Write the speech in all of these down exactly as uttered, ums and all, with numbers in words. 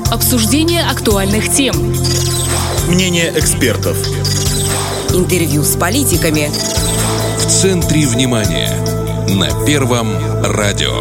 Обсуждение актуальных тем. Мнение экспертов. Интервью с политиками. В центре внимания. На Первом радио.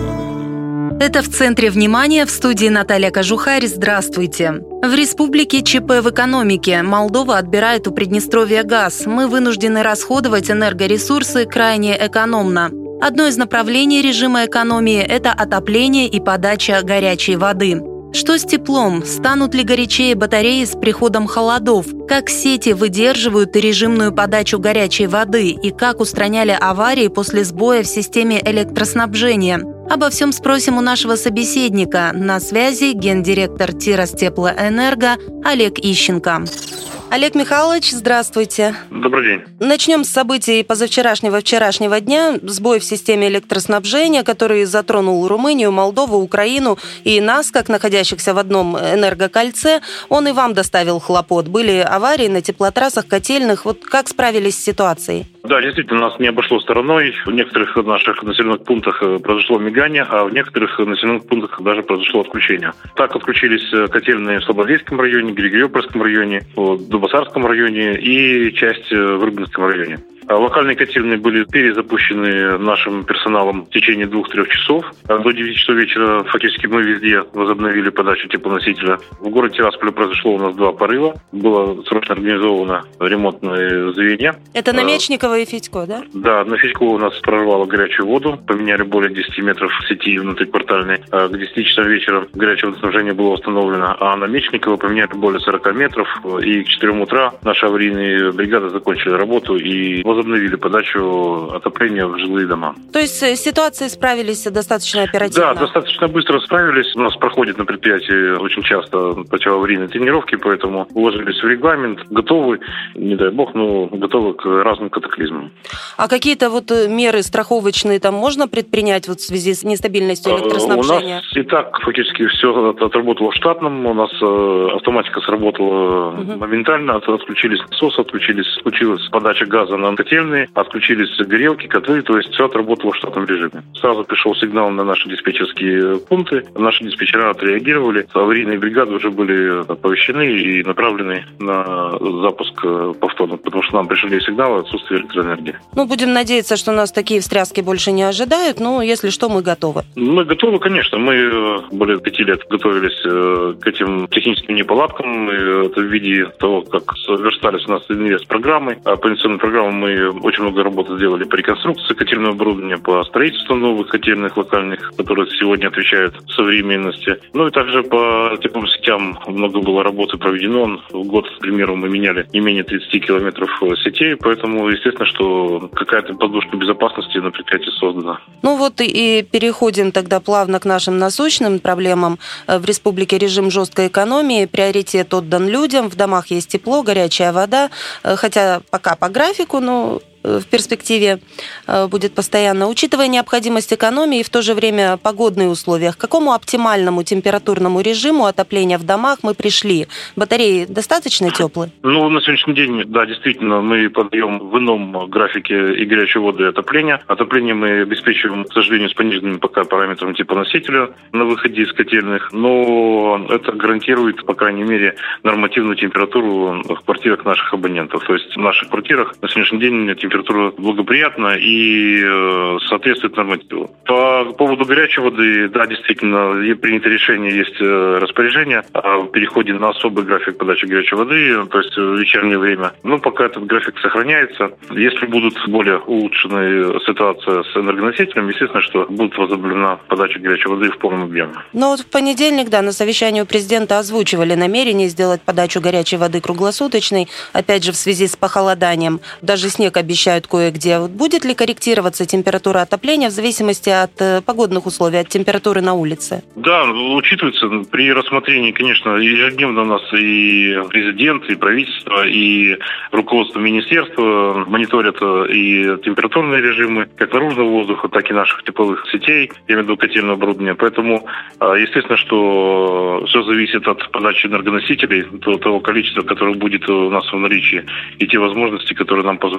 Это «В центре внимания», в студии Наталья Кожухарь. Здравствуйте. В республике ЧП в экономике. Молдова отбирает у Приднестровья газ. Мы вынуждены расходовать энергоресурсы крайне экономно. Одно из направлений режима экономии – это отопление и подача горячей воды. Что с теплом? Станут ли горячее батареи с приходом холодов? Как сети выдерживают режимную подачу горячей воды? И как устраняли аварии после сбоя в системе электроснабжения? Обо всем спросим у нашего собеседника. На связи гендиректор Тиростеплоэнерго Олег Ищенко. Олег Михайлович, здравствуйте. Добрый день. Начнем с событий позавчерашнего вчерашнего дня. Сбой в системе электроснабжения, который затронул Румынию, Молдову, Украину и нас, как находящихся в одном энергокольце, он и вам доставил хлопот. Были аварии на теплотрассах, котельных. Вот как справились с ситуацией? Да, действительно, нас не обошло стороной. В некоторых наших населенных пунктах произошло мигание, а в некоторых населенных пунктах даже произошло отключение. Так отключились котельные в Слободейском районе, Григорьопольском районе, в Дубосарском районе и часть в Рыбинском районе. Локальные котельные были перезапущены нашим персоналом в течение двух-трех часов. До девяти часов вечера фактически мы везде возобновили подачу теплоносителя. В городе Тирасполе произошло у нас два порыва. Было срочно организовано ремонтное звенья. Это на Мечникова и Федько, да? Да, на Федько у нас прорвало горячую воду. Поменяли более десяти метров сети внутриквартальной. К десяти часам вечера горячее водоснабжение было установлено. А на Мечникова поменяли более сорока метров. И к четырем утра наши аварийные бригады закончили работу и возобновили подачу отопления в жилые дома. То есть с ситуацией справились достаточно оперативно? Да, достаточно быстро справились. У нас проходит на предприятии очень часто противоаварийные тренировки, поэтому уложились в регламент, готовы, не дай бог, но готовы к разным катаклизмам. А какие-то вот меры страховочные там можно предпринять вот в связи с нестабильностью электроснабжения? У нас и так фактически все отработало в штатном. У нас автоматика сработала угу. моментально. Отключились насосы, отключились, случилась подача газа на котельные, отключились горелки, котлы, то есть все отработало в штатном режиме. Сразу пришел сигнал на наши диспетчерские пункты, наши диспетчера отреагировали, аварийные бригады уже были оповещены и направлены на запуск повторно, потому что нам пришли сигналы о отсутствии электроэнергии. Ну, будем надеяться, что нас такие встряски больше не ожидают, но если что, мы готовы. Мы готовы, конечно. Мы более пяти лет готовились к этим техническим неполадкам. Это в виде того, как верстались у нас инвест-программы. По инвестиционным программам мы очень много работы сделали по реконструкции котельного оборудования, по строительству новых котельных локальных, которые сегодня отвечают современности. Ну и также по тепловым сетям много было работы проведено. В год, к примеру, мы меняли не менее тридцати километров сетей, поэтому, естественно, что какая-то подушка безопасности на предприятии создана. Ну вот и переходим тогда плавно к нашим насущным проблемам. В республике режим жесткой экономии, приоритет отдан людям, в домах есть тепло, горячая вода, хотя пока по графику, но в перспективе будет постоянно. Учитывая необходимость экономии и в то же время погодные условия, к какому оптимальному температурному режиму отопления в домах мы пришли? Батареи достаточно теплые? Ну, на сегодняшний день, да, действительно, мы подаем в ином графике и горячей воды и отопления. Отопление мы обеспечиваем, к сожалению, с пониженными пока параметрами типа носителя на выходе из котельных, но это гарантирует, по крайней мере, нормативную температуру в квартирах наших абонентов. То есть в наших квартирах на сегодняшний день температура благоприятна и э, соответствует нормативу. По поводу горячей воды, да, действительно, принято решение, есть э, распоряжение о переходе на особый график подачи горячей воды, то есть в вечернее время. Но пока этот график сохраняется. Если будут более улучшенная ситуация с энергоносителем, естественно, что будет возобновлена подача горячей воды в полном объеме. Ну вот в понедельник, да, на совещании у президента озвучивали намерение сделать подачу горячей воды круглосуточной, опять же, в связи с похолоданием. Даже снег обещают кое-где. Будет ли корректироваться температура отопления в зависимости от погодных условий, от температуры на улице? Да, учитывается при рассмотрении, конечно, ежедневно у нас и президент, и правительство, и руководство министерства мониторят и температурные режимы как наружного воздуха, так и наших тепловых сетей, я имею в виду котельного оборудования. Поэтому, естественно, что все зависит от подачи энергоносителей, от того количества, которое будет у нас в наличии, и те возможности, которые нам позволяют. И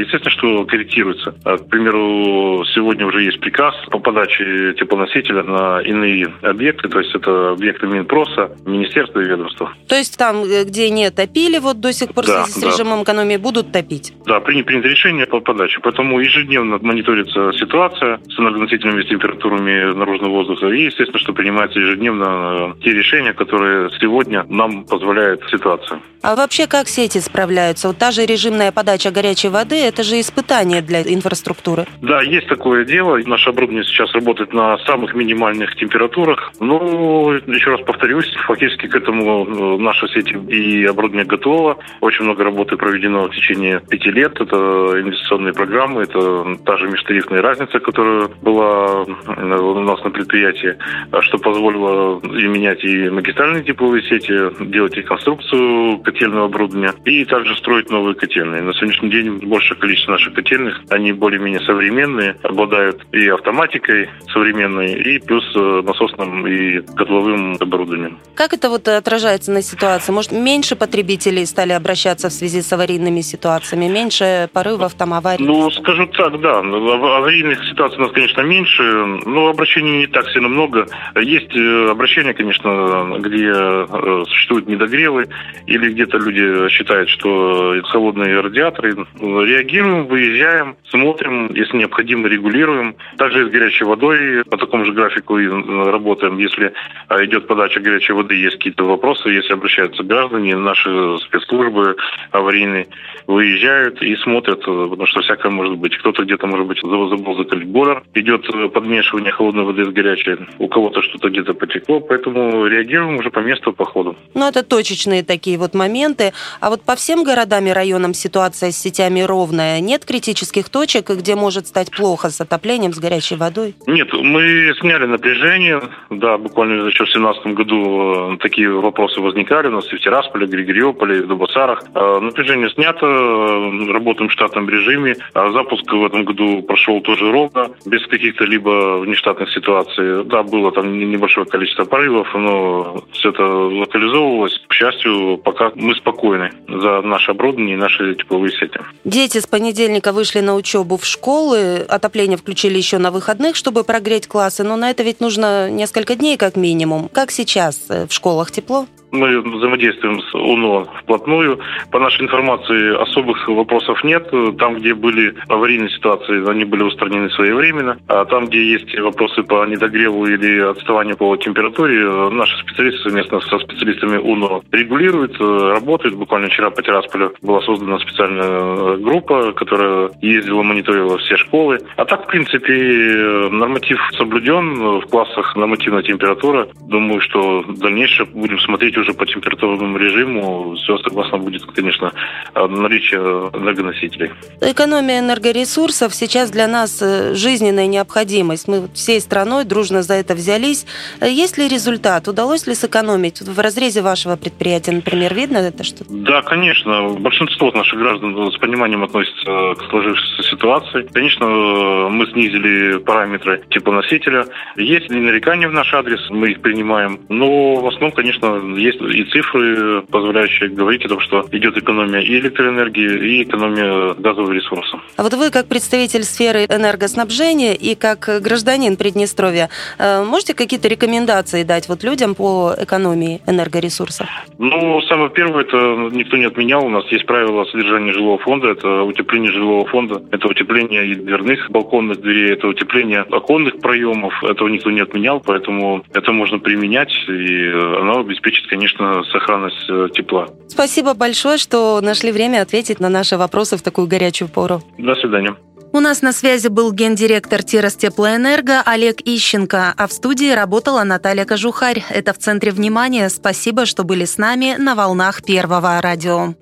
естественно, что корректируется. К примеру, сегодня уже есть приказ по подаче теплоносителя на иные объекты, то есть это объекты Минпроса, министерства и ведомства. То есть там, где не топили вот до сих пор да, с да. режимом экономии, будут топить? Да, принято решение по подаче. Поэтому ежедневно мониторится ситуация с энергоносителями, с температурами наружного воздуха. И, естественно, что принимаются ежедневно те решения, которые сегодня нам позволяет ситуация. А вообще как сети справляются? Вот та же режимная подача горячей воды, это же испытание для инфраструктуры. Да, есть такое дело. Наше оборудование сейчас работает на самых минимальных температурах. Ну, еще раз повторюсь, фактически к этому наша сеть и оборудование готово. Очень много работы проведено в течение пяти лет. Это инвестиционные программы, это та же межтарифная разница, которая была у нас на предприятии, что позволило и менять и магистральные тепловые сети, делать и конструкцию котельного оборудования, и также строить новые котельные. На сегодняшний день большее количество наших котельных, они более-менее современные, обладают и автоматикой современной, и плюс насосным и котловым оборудованием. Как это вот отражается на ситуации? Может, меньше потребителей стали обращаться в связи с аварийными ситуациями, меньше порывов, там, аварий? Ну, скажу так, да. Аварийных ситуаций у нас, конечно, меньше, но обращений не так сильно много. Есть обращения, конечно, где существуют недогревы, или где-то люди считают, что холодные радиаторы. Реагируем, выезжаем, смотрим, если необходимо, регулируем. Также и с горячей водой по такому же графику и работаем. Если идет подача горячей воды, есть какие-то вопросы, если обращаются граждане, наши спецслужбы аварийные выезжают и смотрят, потому что всякое может быть. Кто-то где-то, может быть, забыл закрыть бойлер. Идет подмешивание холодной воды с горячей. У кого-то что-то где-то потекло, поэтому реагируем уже по месту, по ходу. Ну, это точечные такие вот моменты. А вот по всем городам и районам ситуация с сетями ровная? Нет критических точек, где может стать плохо с отоплением, с горячей водой? Нет, мы сняли напряжение. Да, буквально еще в две тысячи семнадцатом году такие вопросы возникали у нас и в Тирасполе, Григорьополе, и в Дубасарах. Напряжение снято, работаем в штатном режиме. Запуск в этом году прошел тоже ровно, без каких-то либо внештатных ситуаций. Да, было там небольшое количество порывов, но все это локализовывалось. К счастью, пока мы спокойны за наше оборудование и наши тепловые сети. Дети с понедельника вышли на учебу в школы, отопление включили еще на выходных, чтобы прогреть классы, но на это ведь нужно несколько дней как минимум. Как сейчас? В школах тепло? Мы взаимодействуем с ОНО вплотную. По нашей информации особых вопросов нет. Там, где были аварийные ситуации, они были устранены своевременно. А там, где есть вопросы по недогреву или отставанию по температуре, наши специалисты совместно со специалистами ОНО регулируют, работают. Буквально вчера по Тирасполю была создана специальная группа, которая ездила, мониторила все школы. А так, в принципе, норматив соблюден. В классах нормативная температура. Думаю, что в дальнейшем будем смотреть уже по температурному режиму. Все согласно будет, конечно, наличие энергоносителей. Экономия энергоресурсов сейчас для нас жизненная необходимость. Мы всей страной дружно за это взялись. Есть ли результат? Удалось ли сэкономить? В разрезе вашего предприятия, например, видно это что-то? Да, конечно. Большинство наших граждан с пониманием относятся к сложившейся ситуации. Конечно, мы снизили параметры теплоносителя. Есть нарекания в наш адрес, мы их принимаем. Но в основном, конечно, есть и цифры, позволяющие говорить о том, что идет экономия и электроэнергии, и экономия газового ресурса. А вот вы, как представитель сферы энергоснабжения и как гражданин Приднестровья, можете какие-то рекомендации дать вот людям по экономии энергоресурсов? Ну, самое первое, это никто не отменял. У нас есть правила содержания жилого фонда, это утепление жилого фонда, это утепление дверных балконных дверей, это утепление оконных проемов. Этого никто не отменял, поэтому это можно применять, и оно обеспечит, конечно, сохранность тепла. Спасибо большое, что нашли время ответить на наши вопросы в такую горячую пору. До свидания. У нас на связи был гендиректор Тирастеплоэнерго Олег Ищенко, а в студии работала Наталья Кожухарь. Это в центре внимания. Спасибо, что были с нами на волнах Первого радио.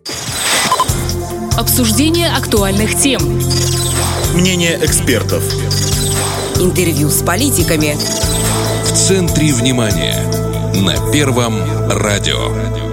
Обсуждение актуальных тем. Мнение экспертов. Интервью с политиками. В центре внимания. На Первом радио.